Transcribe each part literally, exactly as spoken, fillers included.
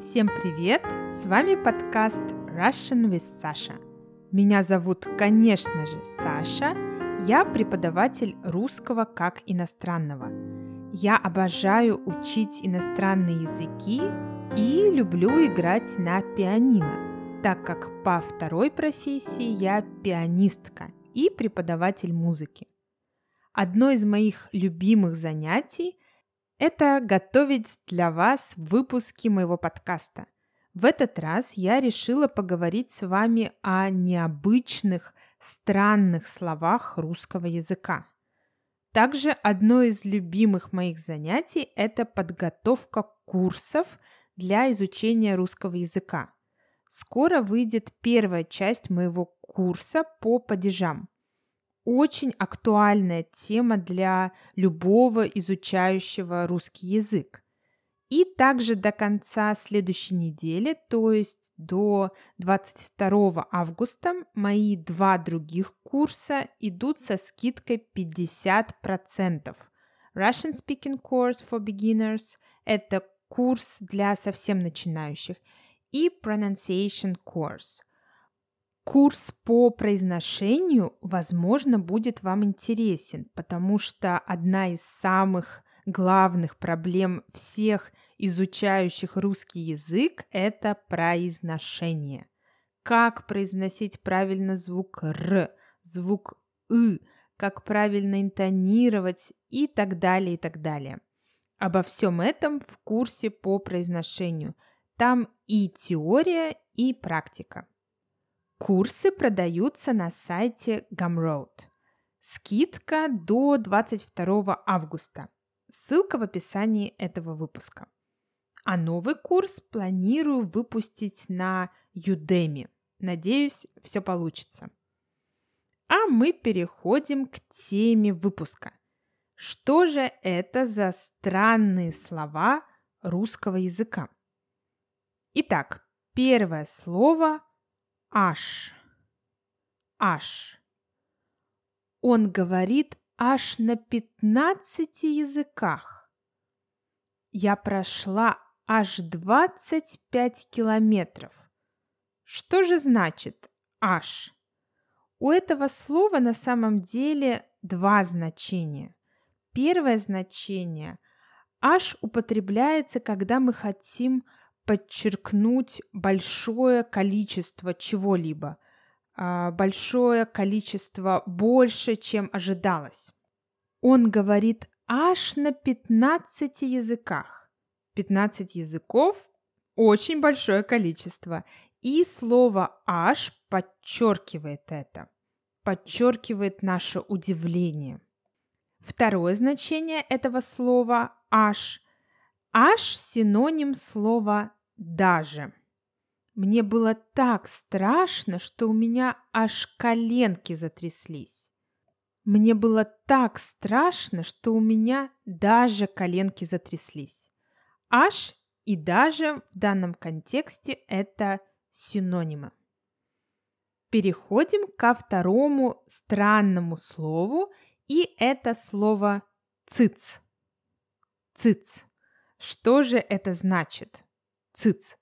Всем привет! С вами подкаст Russian with Sasha. Меня зовут, конечно же, Саша. Я преподаватель русского как иностранного. Я обожаю учить иностранные языки и люблю играть на пианино, так как по второй профессии я пианистка и преподаватель музыки. Одно из моих любимых занятий – это готовить для вас выпуски моего подкаста. В этот раз я решила поговорить с вами о необычных, странных словах русского языка. Также одно из любимых моих занятий – это подготовка курсов для изучения русского языка. Скоро выйдет первая часть моего курса по падежам. Очень актуальная тема для любого изучающего русский язык. И также до конца следующей недели, то есть до двадцать второго августа, мои два других курса идут со скидкой пятьдесят процентов. Russian Speaking Course for Beginners – это курс для совсем начинающих, и Pronunciation Course. Курс по произношению, возможно, будет вам интересен, потому что одна из самых главных проблем всех изучающих русский язык – это произношение. Как произносить правильно звук «р», звук «ы», как правильно интонировать и так далее, и так далее. Обо всем этом в курсе по произношению. Там и теория, и практика. Курсы продаются на сайте Gumroad. Скидка до двадцать второго августа. Ссылка в описании этого выпуска. А новый курс планирую выпустить на Udemy. Надеюсь, все получится. А мы переходим к теме выпуска. Что же это за странные слова русского языка? Итак, первое слово аж. Аж. Он говорит аж на пятнадцати языках. Я прошла аж двадцать пять километров. Что же значит аж? У этого слова на самом деле два значения. Первое значение – аж употребляется, когда мы хотим подчеркнуть большое количество чего-либо, большое количество больше, чем ожидалось. Он говорит аж на пятнадцати языках. пятнадцать языков – очень большое количество. И слово аж подчеркивает это, подчеркивает наше удивление. Второе значение этого слова аж – аж синоним слова даже. Мне было так страшно, что у меня аж коленки затряслись. Мне было так страшно, что у меня даже коленки затряслись. Аж и даже в данном контексте это синонимы. Переходим ко второму странному слову, и это слово цыц. Цыц. Что же это значит? Цыц.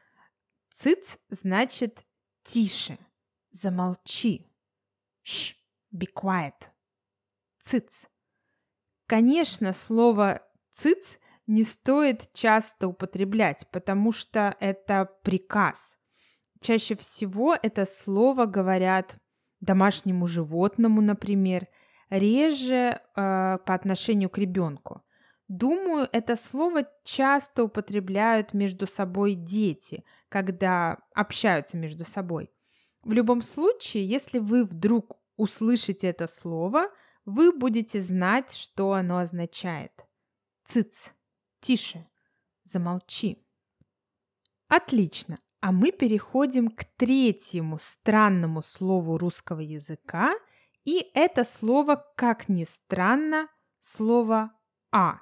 Цыц значит тише, замолчи. Ш, be quiet. Цыц. Конечно, слово цыц не стоит часто употреблять, потому что это приказ. Чаще всего это слово говорят домашнему животному, например, реже э, по отношению к ребенку. Думаю, это слово часто употребляют между собой дети, когда общаются между собой. В любом случае, если вы вдруг услышите это слово, вы будете знать, что оно означает. Цыц, тише, замолчи. Отлично, а мы переходим к третьему странному слову русского языка, и это слово, как ни странно, слово «а».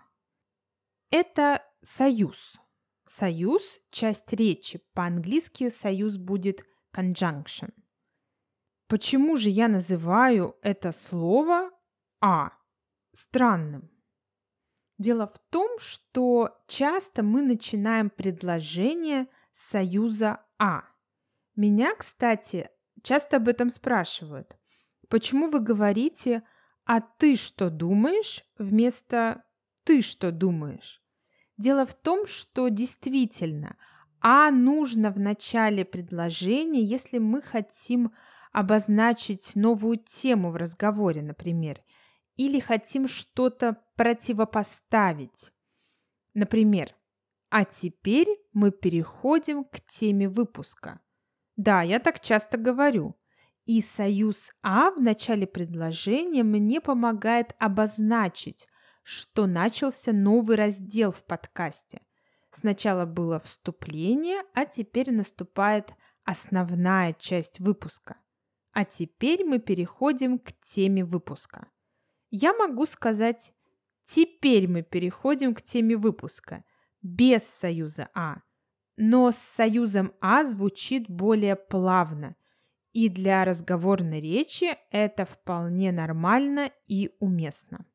Это союз. Союз – часть речи. По-английски союз будет conjunction. Почему же я называю это слово «а» странным? Дело в том, что часто мы начинаем предложение с союза «а». Меня, кстати, часто об этом спрашивают. Почему вы говорите «а ты что думаешь» вместо «ты что думаешь»? Дело в том, что действительно «а» нужно в начале предложения, если мы хотим обозначить новую тему в разговоре, например, или хотим что-то противопоставить. Например, а теперь мы переходим к теме выпуска. Да, я так часто говорю. И союз «а» в начале предложения мне помогает обозначить, что начался новый раздел в подкасте. Сначала было вступление, а теперь наступает основная часть выпуска. А теперь мы переходим к теме выпуска. Я могу сказать «теперь мы переходим к теме выпуска» без союза «а», но с союзом «а» звучит более плавно, и для разговорной речи это вполне нормально и уместно.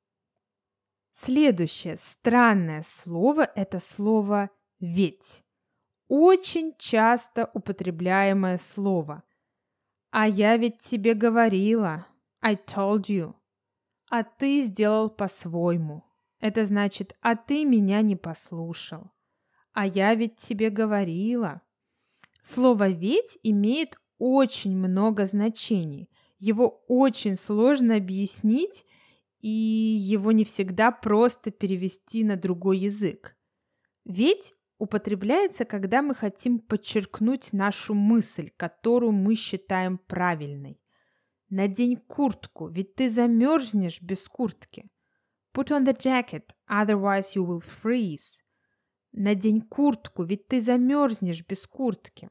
Следующее странное слово – это слово «ведь». Очень часто употребляемое слово. «А я ведь тебе говорила», I told you. «А ты сделал по-своему». Это значит «а ты меня не послушал». «А я ведь тебе говорила». Слово «ведь» имеет очень много значений. Его очень сложно объяснить, и его не всегда просто перевести на другой язык. «Ведь» употребляется, когда мы хотим подчеркнуть нашу мысль, которую мы считаем правильной. Надень куртку, ведь ты замерзнешь без куртки. Put on the jacket, otherwise you will freeze. Надень куртку, ведь ты замерзнешь без куртки.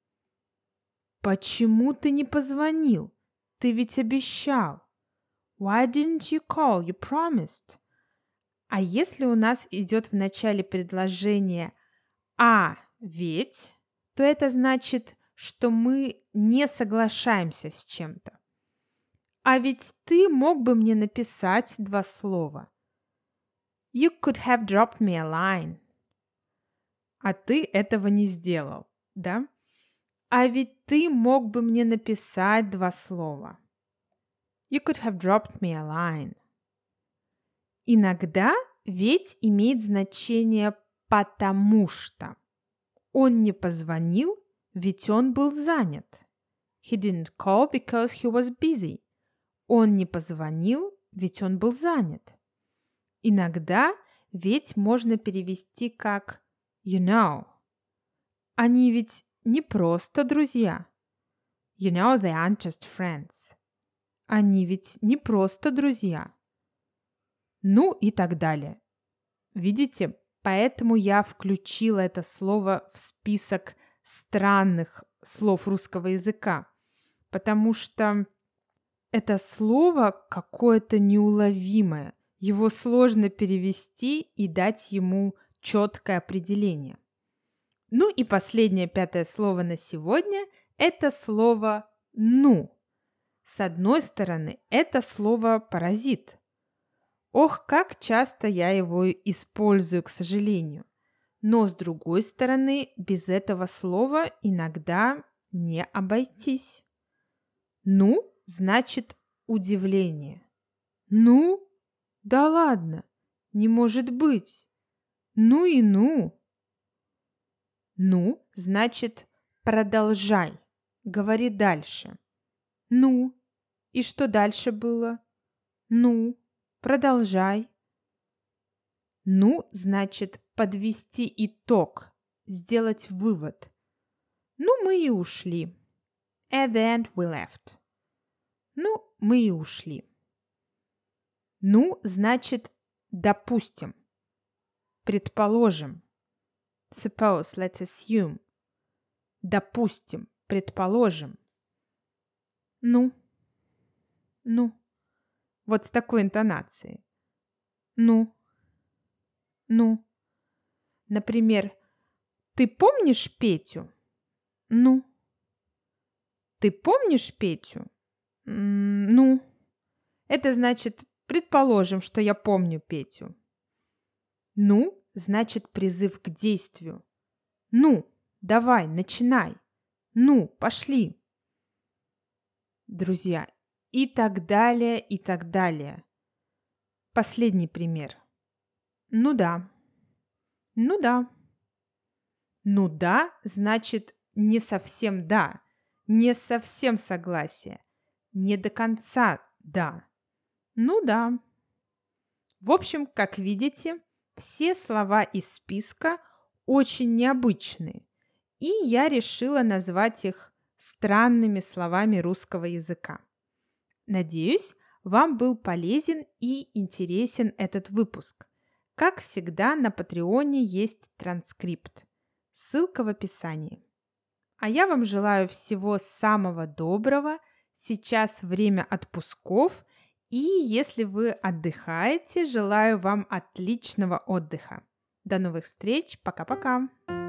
Почему ты не позвонил? Ты ведь обещал. Why didn't you call? You promised. А если у нас идет в начале предложения «а ведь», то это значит, что мы не соглашаемся с чем-то. А ведь ты мог бы мне написать два слова. You could have dropped me a line. А ты этого не сделал, да? А ведь ты мог бы мне написать два слова. You could have dropped me a line. Иногда ведь имеет значение «потому что». Он не позвонил, ведь он был занят. He didn't call because he was busy. Он не позвонил, ведь он был занят. Иногда ведь можно перевести как you know. Они ведь не просто друзья. You know they aren't just friends. Они ведь не просто друзья. Ну и так далее. Видите, поэтому я включила это слово в список странных слов русского языка, потому что это слово какое-то неуловимое, его сложно перевести и дать ему четкое определение. Ну и последнее, пятое слово на сегодня – это слово «ну». С одной стороны, это слово «паразит». Ох, как часто я его использую, к сожалению. Но с другой стороны, без этого слова иногда не обойтись. «Ну» значит удивление. «Ну? Да ладно, не может быть. Ну и ну». «Ну» значит продолжай, говори дальше. «Ну, и что дальше было?» «Ну, продолжай». «Ну» значит подвести итог, сделать вывод. Ну, мы и ушли. At the end we left. Ну, мы и ушли. «Ну» значит допустим, предположим. Suppose, let's assume. Допустим, предположим. Ну, ну. Вот с такой интонацией. Ну, ну. Например, ты помнишь Петю? Ну. Ты помнишь Петю? Ну. Это значит, предположим, что я помню Петю. Ну значит призыв к действию. Ну, давай, начинай. Ну, пошли. Друзья, и так далее, и так далее. Последний пример. Ну да. Ну да. Ну да значит не совсем да, не совсем согласие, не до конца да. Ну да. В общем, как видите, все слова из списка очень необычные, и я решила назвать их странными словами русского языка. Надеюсь, вам был полезен и интересен этот выпуск. Как всегда, на Патреоне есть транскрипт. Ссылка в описании. А я вам желаю всего самого доброго. Сейчас время отпусков. И если вы отдыхаете, желаю вам отличного отдыха. До новых встреч. Пока-пока.